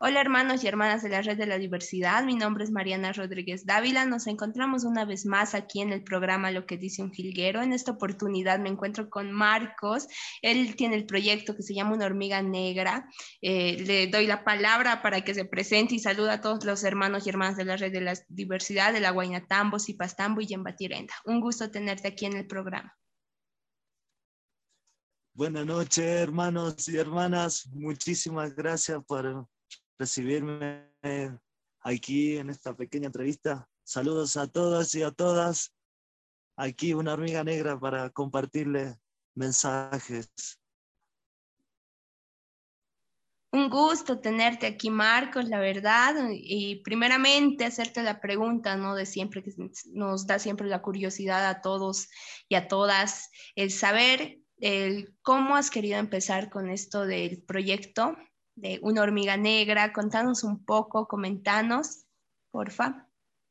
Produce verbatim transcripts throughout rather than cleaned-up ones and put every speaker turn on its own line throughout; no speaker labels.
Hola hermanos y hermanas de la Red de la Diversidad, mi nombre es Mariana Rodríguez Dávila. Nos encontramos una vez más aquí en el programa Lo que dice un jilguero. En esta oportunidad me encuentro con Marcos. Él tiene el proyecto que se llama Una hormiga negra. Eh, le doy la palabra para que se presente y saluda a todos los hermanos y hermanas de la Red de la Diversidad de la Guainatambo, Sipastambo y Yembatirenda. Un gusto tenerte aquí en el programa.
Buenas noches, hermanos y hermanas. Muchísimas gracias por recibirme aquí en esta pequeña entrevista. Saludos a todos y a todas. Aquí una hormiga negra para compartirles mensajes.
Un gusto tenerte aquí, Marcos, la verdad. Y primeramente hacerte la pregunta, ¿no? De siempre, que nos da siempre la curiosidad a todos y a todas, el saber el, cómo has querido empezar con esto del proyecto de Una hormiga negra. Contanos un poco, comentanos, porfa.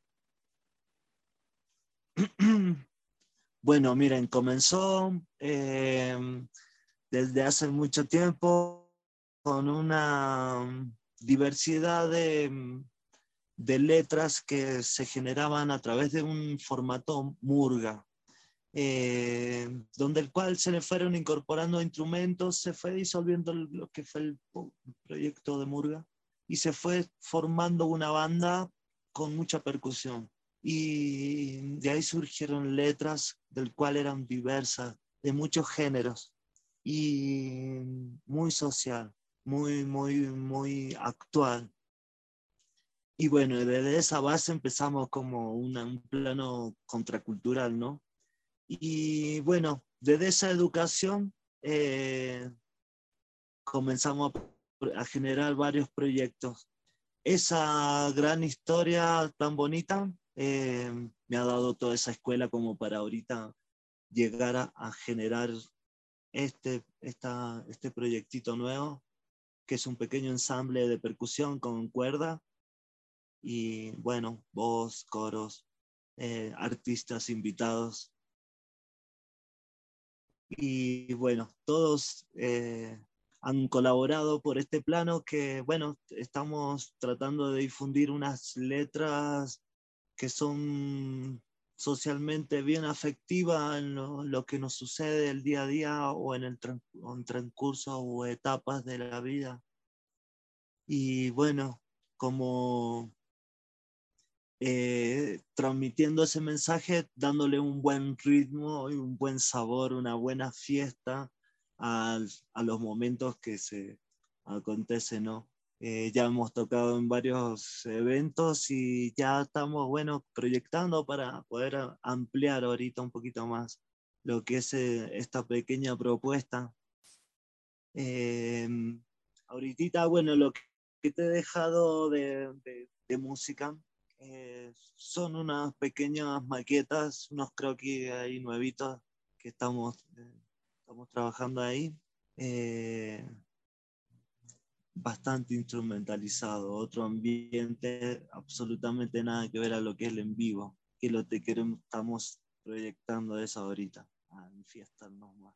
Bueno, miren, comenzó eh, desde hace mucho tiempo con una diversidad de, de letras que se generaban a través de un formato murga, eh, donde el cual se le fueron incorporando instrumentos, se fue disolviendo lo que fue el proyecto de murga y se fue formando una banda con mucha percusión. Y de ahí surgieron letras del cual eran diversas, de muchos géneros y muy social, muy, muy, muy actual. Y bueno, desde esa base empezamos como una, un plano contracultural, ¿no? Y bueno, desde esa educación eh, comenzamos a, a generar varios proyectos. Esa gran historia tan bonita eh, me ha dado toda esa escuela como para ahorita llegar a, a generar este, esta, este proyectito nuevo, que es un pequeño ensamble de percusión con cuerda y bueno, voz, coros, eh, artistas invitados. Y bueno, todos eh, han colaborado por este plano que, bueno, estamos tratando de difundir unas letras que son socialmente bien afectivas en lo, lo que nos sucede el día a día o en el tran- o en transcurso o etapas de la vida. Y bueno, como eh, transmitiendo ese mensaje, dándole un buen ritmo y un buen sabor, una buena fiesta a, a los momentos que se acontecen, ¿no? Eh, ya hemos tocado en varios eventos y ya estamos, bueno, proyectando para poder ampliar ahorita un poquito más lo que es eh, esta pequeña propuesta. Eh, ahorita, bueno, lo que te he dejado de, de, de música eh, son unas pequeñas maquetas, unos croquis ahí nuevitos que estamos, eh, estamos trabajando ahí. Eh, bastante instrumentalizado, otro ambiente absolutamente nada que ver a lo que es el en vivo, que lo que queremos, estamos proyectando eso ahorita, a fiestarnos más.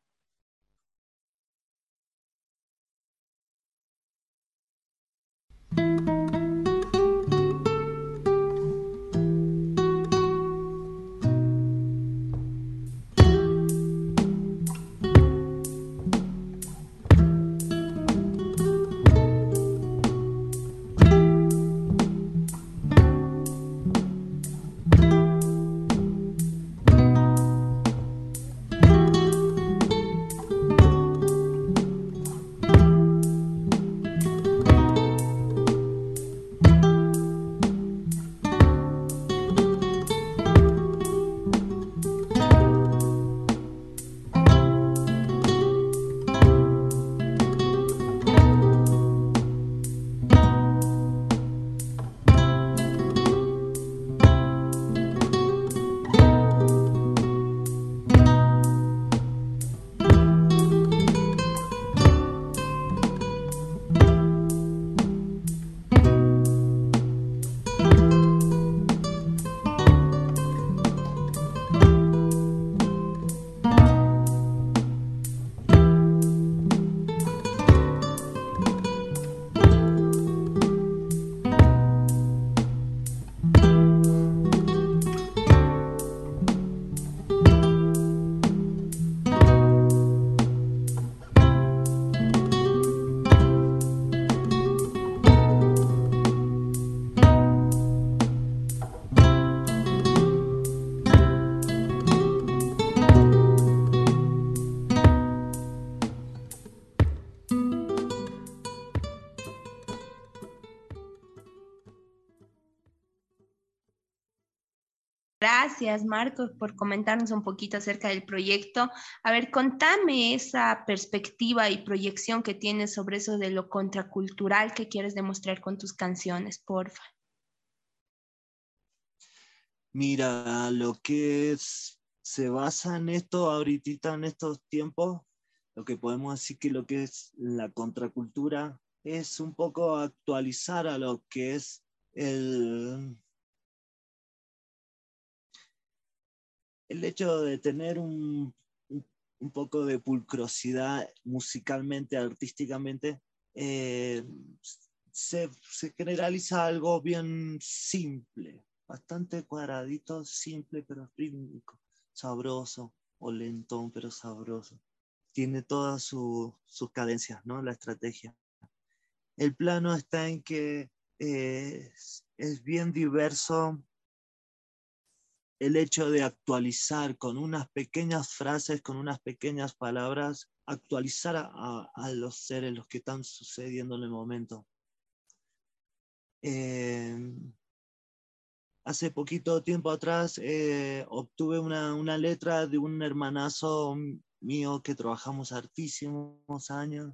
Gracias, Marcos, por comentarnos un poquito acerca del proyecto. A ver, contame esa perspectiva y proyección que tienes sobre eso de lo contracultural que quieres demostrar con tus canciones, porfa.
Mira, lo que es, se basa en esto ahorita, en estos tiempos, lo que podemos decir que lo que es la contracultura es un poco actualizar a lo que es el, el hecho de tener un, un, un poco de pulcrosidad musicalmente, artísticamente, eh, se, se generaliza algo bien simple, bastante cuadradito, simple pero rítmico, sabroso o lentón pero sabroso. Tiene todas su, sus cadencias, ¿no? La estrategia. El plano está en que eh, es, es bien diverso el hecho de actualizar con unas pequeñas frases, con unas pequeñas palabras, actualizar a, a, a los seres, los que están sucediendo en el momento. Eh, hace poquito tiempo atrás eh, obtuve una, una letra de un hermanazo mío que trabajamos hartísimos años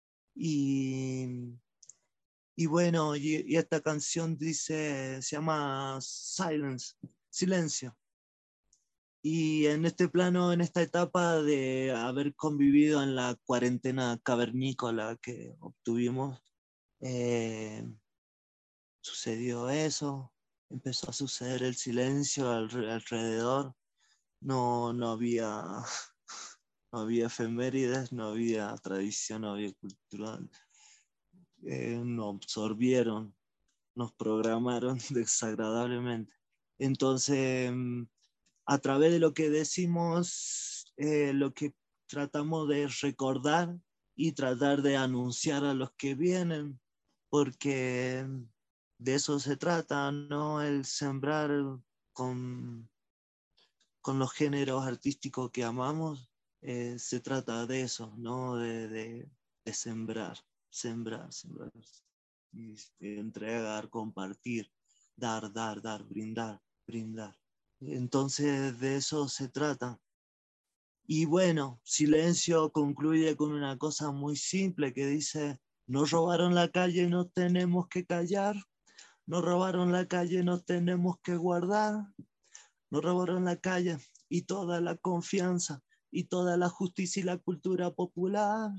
y, y bueno, y, y esta canción dice, se llama Silence, Silencio. Y en este plano, en esta etapa de haber convivido en la cuarentena cavernícola que obtuvimos, eh, sucedió eso, empezó a suceder el silencio alrededor, no, no había, no había efemérides, no había tradición, no había cultural, eh, nos absorbieron, nos programaron desagradablemente. Entonces, a través de lo que decimos, eh, lo que tratamos de recordar y tratar de anunciar a los que vienen, porque de eso se trata, ¿no? El sembrar con, con los géneros artísticos que amamos, eh, se trata de eso, ¿no? De, de, de sembrar, sembrar, sembrar, y entregar, compartir, dar, dar, dar, brindar, brindar. Entonces de eso se trata. Y bueno, Silencio concluye con una cosa muy simple que dice, nos robaron la calle, no tenemos que callar, nos robaron la calle, no tenemos que guardar, nos robaron la calle y toda la confianza y toda la justicia y la cultura popular,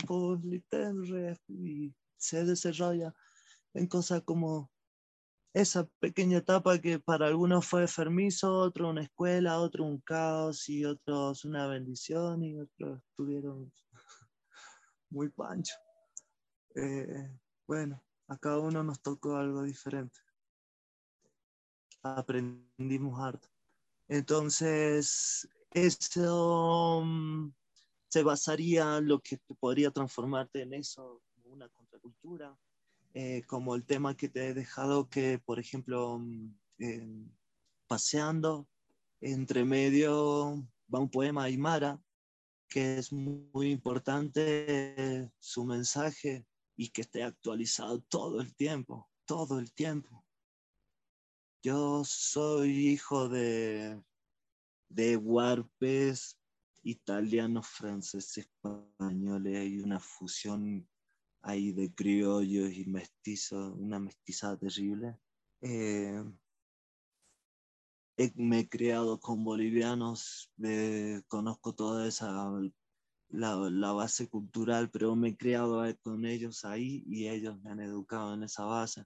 y se desarrolla en cosas como esa pequeña etapa que para algunos fue permiso, otro una escuela, otro un caos y otros una bendición y otros estuvieron muy pancho. Eh, bueno, a cada uno nos tocó algo diferente. Aprendimos harto. Entonces, eso um, se basaría lo que podría transformarte en eso, como una contracultura, eh, como el tema que te he dejado que, por ejemplo, eh, paseando, entre medio va un poema aymara, que es muy importante eh, su mensaje y que esté actualizado todo el tiempo, todo el tiempo. Yo soy hijo de, de huarpes italianos, franceses, españoles, hay una fusión ahí de criollos y mestizos, una mestizada terrible. Eh, he, me he criado con bolivianos, eh, conozco toda esa, la, la base cultural, pero me he criado con ellos ahí y ellos me han educado en esa base.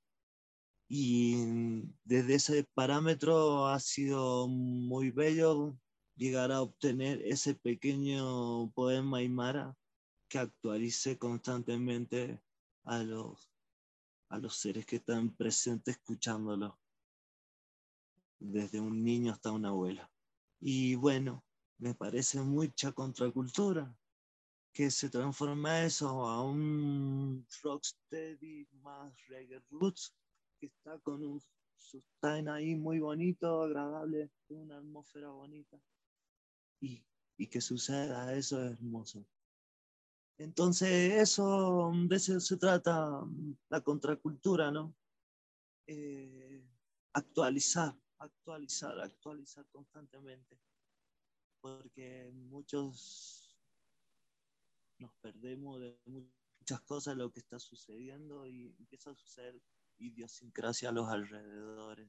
Y desde ese parámetro ha sido muy bello llegar a obtener ese pequeño poema aymara que actualice constantemente a los, a los seres que están presentes escuchándolo, desde un niño hasta una abuela. Y bueno, me parece mucha contracultura que se transforma eso a un rocksteady más reggae roots, que está con un sustain ahí muy bonito, agradable, una atmósfera bonita. Y, y que suceda, eso es hermoso. Entonces, eso, de eso se trata la contracultura, ¿no? Eh, actualizar, actualizar, actualizar constantemente, porque muchos nos perdemos de muchas cosas, lo que está sucediendo, y empieza a suceder idiosincrasia a los alrededores.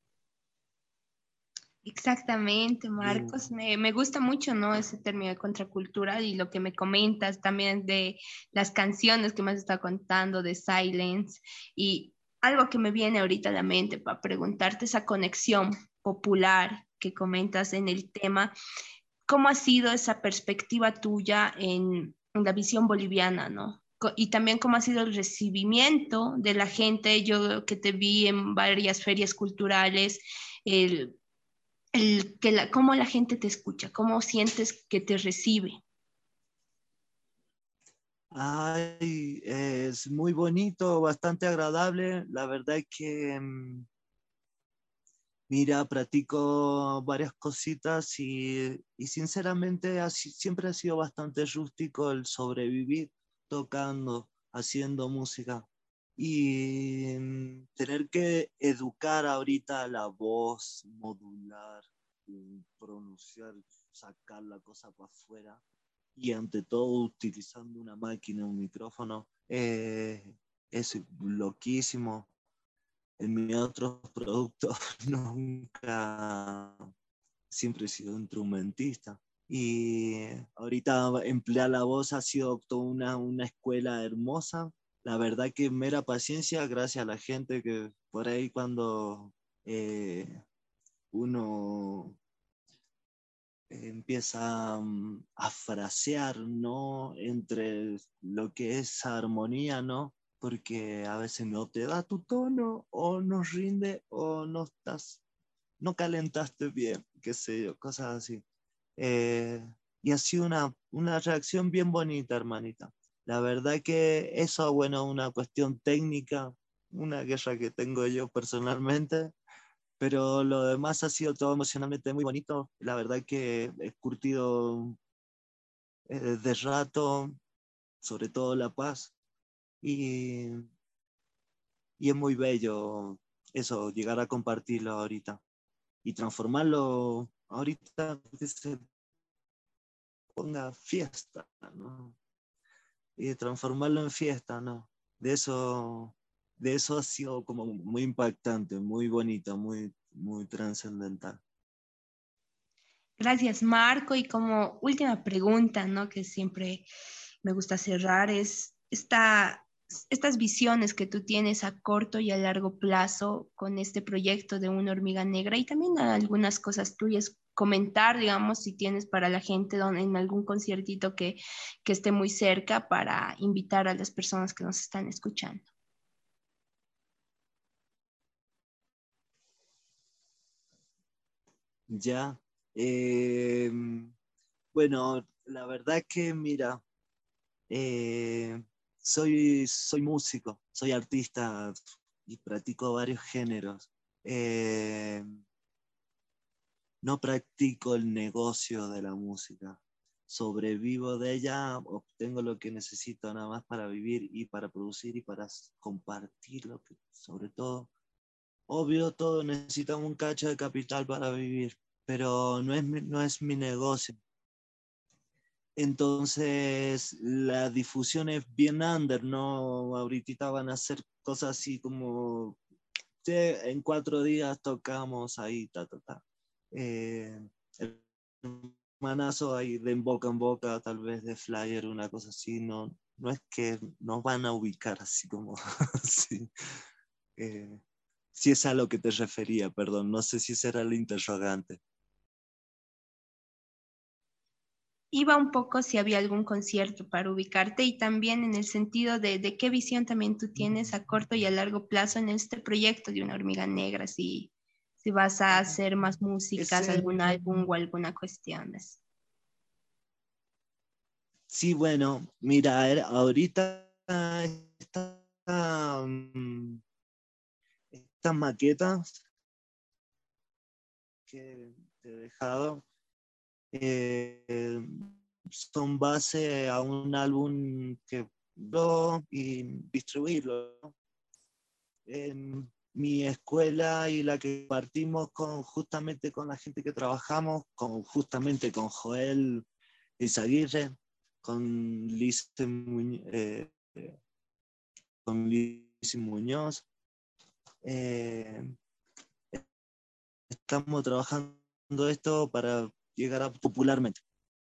Exactamente,
Bien.
Marcos. Me, me gusta mucho, ¿no? Ese término de contracultural y lo que me comentas también de las canciones que me has estado contando, de Silence. Y algo que me viene ahorita a la mente para preguntarte, esa conexión popular que comentas en el tema, ¿cómo ha sido esa perspectiva tuya en, en la visión boliviana, ¿no? Co- Y también cómo ha sido el recibimiento de la gente. Yo que te vi en varias ferias culturales, el el que la, cómo la gente te escucha, cómo sientes que te recibe.
Ay, es muy bonito, bastante agradable. La verdad es que, mm, mira, practico varias cositas y, y sinceramente así, siempre ha sido bastante rústico el sobrevivir tocando, haciendo música. Y mm, tener que educar ahorita la voz, modular, mm, pronunciar, sacar la cosa para afuera, y ante todo utilizando una máquina, un micrófono, eh, es loquísimo. En mis otros productos nunca, siempre he sido instrumentista. Y ahorita emplear la voz ha sido toda una, una escuela hermosa. La verdad que mera paciencia, gracias a la gente que por ahí cuando eh, uno empieza um, a frasear, ¿no? Entre lo que es armonía, ¿no? Porque a veces no te da tu tono, o no rinde, o no estás, no calentaste bien, qué sé yo, cosas así. Eh, y ha sido una, una reacción bien bonita, hermanita. La verdad que eso, bueno, una cuestión técnica, una guerra que tengo yo personalmente, pero lo demás ha sido todo emocionalmente muy bonito. La verdad que he curtido eh, de rato, sobre todo La Paz, y, y es muy bello eso, llegar a compartirlo ahorita y transformarlo ahorita, que se ponga fiesta, ¿no? Y transformarlo en fiesta, ¿no? De eso, de eso ha sido como muy impactante, muy bonito, muy, muy trascendental.
Gracias, Marco. Y como última pregunta, ¿no? Que siempre me gusta cerrar, es esta, estas visiones que tú tienes a corto y a largo plazo con este proyecto de una hormiga negra y también algunas cosas tuyas. Comentar, digamos, si tienes para la gente don- en algún conciertito que, que esté muy cerca para invitar a las personas que nos están escuchando.
Ya. Eh, bueno, la verdad que, mira, eh, soy, soy músico, soy artista y practico varios géneros. Eh, no practico el negocio de la música. Sobrevivo de ella, obtengo lo que necesito nada más para vivir y para producir y para compartir lo que, sobre todo. Obvio, todos necesitamos un cacho de capital para vivir, pero no es mi, no es mi negocio. Entonces, la difusión es bien under, ¿no? Ahorita van a hacer cosas así como, "Che, en cuatro días tocamos ahí, ta, ta, ta". Eh, el manazo ahí de en boca en boca, tal vez de flyer, una cosa así, no, no es que nos van a ubicar así como, sí. Eh, si es a lo que te refería, perdón, no sé si ese era el interrogante.
Iba un poco si había algún concierto para ubicarte y también en el sentido de, de qué visión también tú tienes a corto y a largo plazo en este proyecto de una hormiga negra, si, si vas a hacer más músicas,
Ese,
algún álbum o alguna cuestión así.
sí, bueno, mira, era- ahorita está, mm, estas maquetas que te he dejado eh, son base a un álbum que yo y distribuirlo, ¿no? mi escuela y la que partimos con, justamente con la gente que trabajamos, con, justamente con Joel Izaguirre, con Liz Muñoz, eh, con Liz Muñoz. Eh, estamos trabajando esto para llegar a popularmente.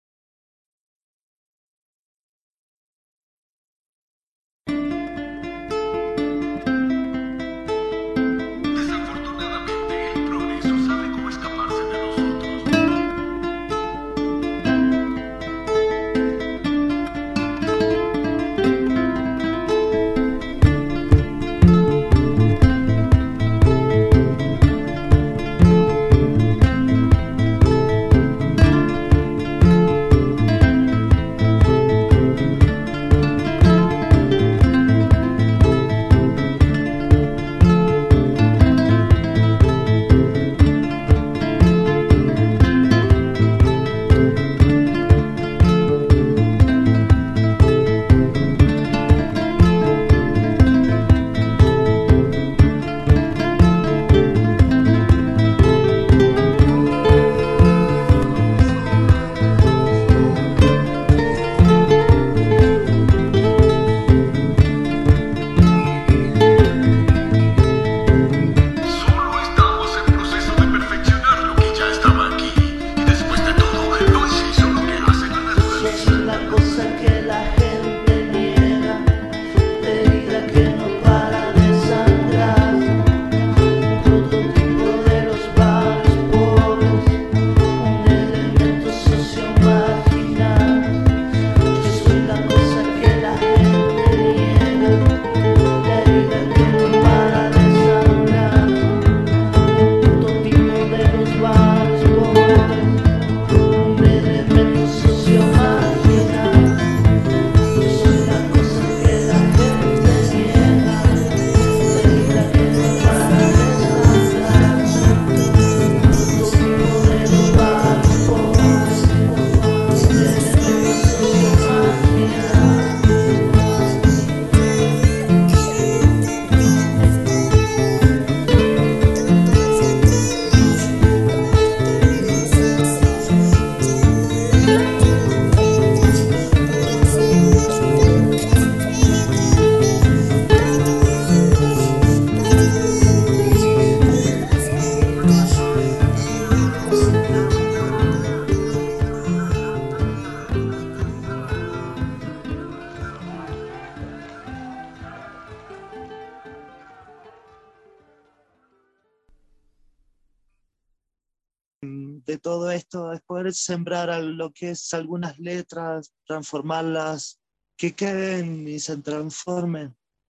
De todo esto es poder sembrar a lo que es algunas letras, transformarlas, que queden y se transformen,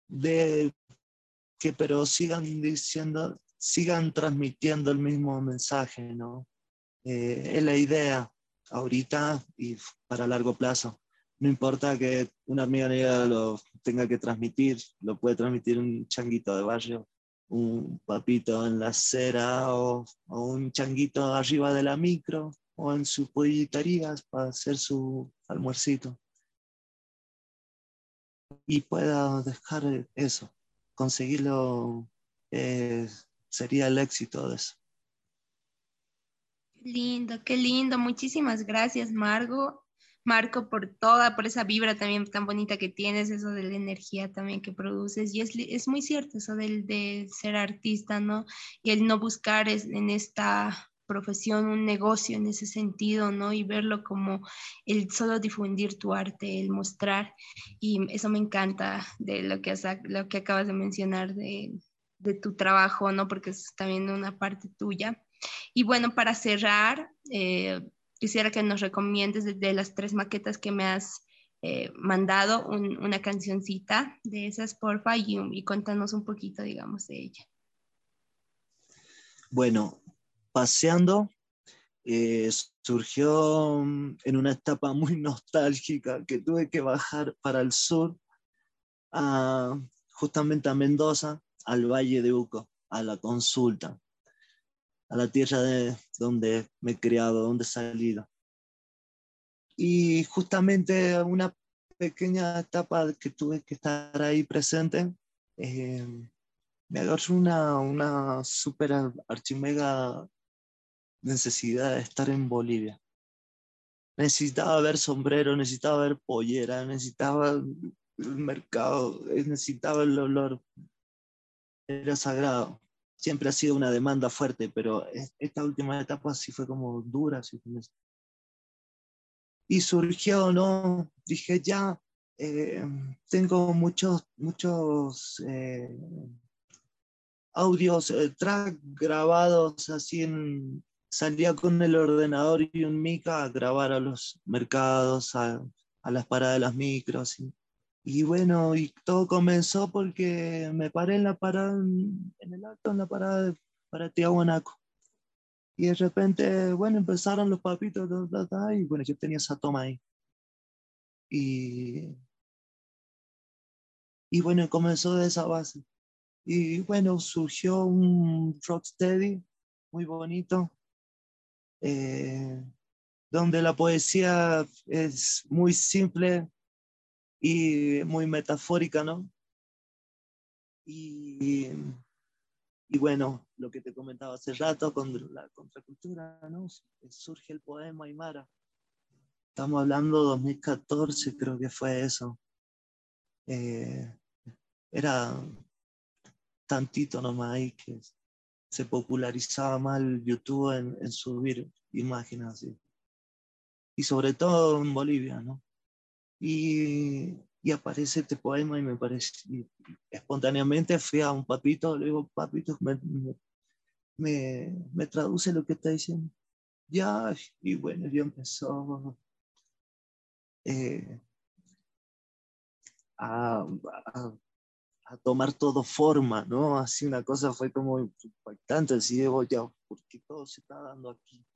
de que pero sigan diciendo, sigan transmitiendo el mismo mensaje, ¿no? Eh, es la idea ahorita y para largo plazo. No importa que una amiga negra lo tenga que transmitir, lo puede transmitir un changuito de barrio, un papito en la acera o, o un changuito arriba de la micro o en sus polliterías para hacer su almuercito. Y pueda dejar eso, conseguirlo, eh, sería el éxito de eso.
Qué lindo, qué lindo. Muchísimas gracias, Margo. Marco, por toda, por esa vibra también tan bonita que tienes, eso de la energía también que produces. Y es, li- es muy cierto eso del de ser artista, ¿no? Y el no buscar es- en esta profesión un negocio en ese sentido, ¿no? Y verlo como el solo difundir tu arte, el mostrar. Y eso me encanta de lo que, has- lo que acabas de mencionar de, de tu trabajo, ¿no? Porque es también una parte tuya. Y bueno, para cerrar, eh, quisiera que nos recomiendes de, de las tres maquetas que me has eh, mandado un- una cancioncita de esas, porfa, y, y contanos un poquito, digamos, de ella.
Bueno, paseando eh, surgió mm, en una etapa muy nostálgica que tuve que bajar para el sur, a, justamente a Mendoza, al Valle de Uco, a la consulta, a la tierra de donde me he criado, donde he salido. Y justamente una pequeña etapa que tuve que estar ahí presente, eh, me agarró una, una super archimega necesidad de estar en Bolivia. Necesitaba ver sombrero, necesitaba ver pollera, necesitaba el mercado, necesitaba el olor. Era sagrado. Siempre ha sido una demanda fuerte, pero esta última etapa sí fue como dura. Sí. Y surgió, ¿no? Dije, ya, eh, tengo muchos, muchos eh, audios, eh, track grabados así en... Salía con el ordenador y un mica a grabar a los mercados, a, a las paradas de las micros. Y, y bueno, y todo comenzó porque me paré en la parada, en, en el alto, en la parada de, para Tiahuanaco. Y de repente, bueno, empezaron los papitos, ta, ta, ta, y bueno, yo tenía esa toma ahí. Y, y bueno, comenzó de esa base. Y bueno, surgió un rocksteady muy bonito, eh, donde la poesía es muy simple y muy metafórica, ¿no? Y, y bueno, lo que te comentaba hace rato con la contracultura, ¿no? Surge el poema Aymara. Estamos hablando de dos mil catorce, creo que fue eso. Eh, era tantito nomás ahí que se popularizaba más el YouTube en, en subir imágenes así. Y sobre todo en Bolivia, ¿no? Y, y aparece este poema y me parece, y espontáneamente fui a un papito, le digo, papito, me, me, me traduce lo que está diciendo. Ya, y bueno, yo empezó eh, a, a, a tomar todo forma, ¿no? Así una cosa fue como impactante, así digo, ya, porque todo se está dando aquí.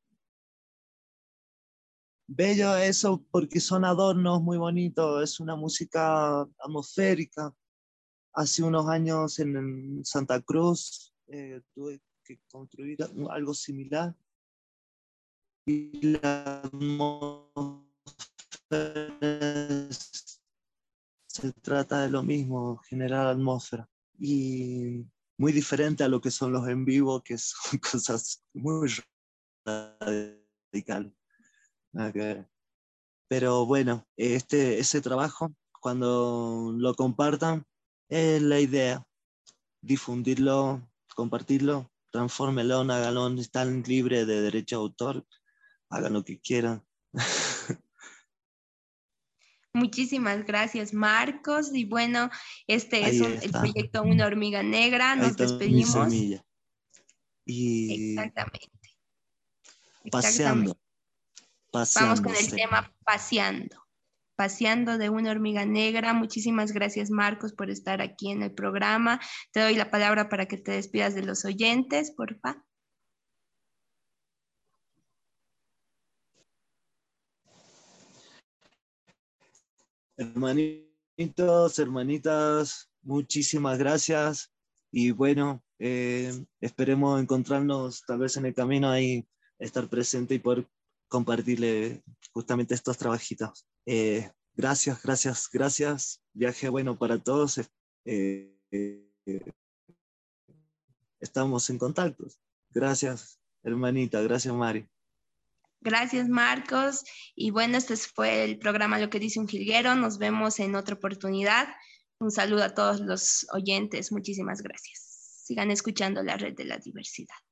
Bello eso porque son adornos muy bonitos, es una música atmosférica. Hace unos años en, en Santa Cruz eh, tuve que construir algo similar y la atmósfera se trata de lo mismo, generar atmósfera. Y muy diferente a lo que son los en vivo, que son cosas muy radicales. Pero bueno, este, ese trabajo, cuando lo compartan, es la idea, difundirlo, compartirlo, transfórmelo, háganlo, están libres de derecho de autor, hagan lo que quieran.
Muchísimas gracias, Marcos. Y bueno, este es
Ahí
un, el
está,
proyecto Una Hormiga Negra.
ahí
Nos
está mi
despedimos.
semilla. Y
Exactamente, exactamente.
paseando,
Vamos con el
paseándose.
tema paseando. Paseando de una hormiga negra. Muchísimas gracias, Marcos, por estar aquí en el programa. Te doy la palabra para que te despidas de los oyentes, porfa.
Hermanitos, hermanitas, muchísimas gracias. Y bueno, eh, esperemos encontrarnos tal vez en el camino ahí, estar presente y poder compartirle justamente estos trabajitos. Eh, gracias, gracias, gracias. Viaje bueno para todos. Eh, eh, estamos en contacto. Gracias, hermanita. Gracias, Mari.
Gracias, Marcos. Y bueno, este fue el programa Lo que dice un jilguero. Nos vemos en otra oportunidad. Un saludo a todos los oyentes. Muchísimas gracias. Sigan escuchando la Red de la Diversidad.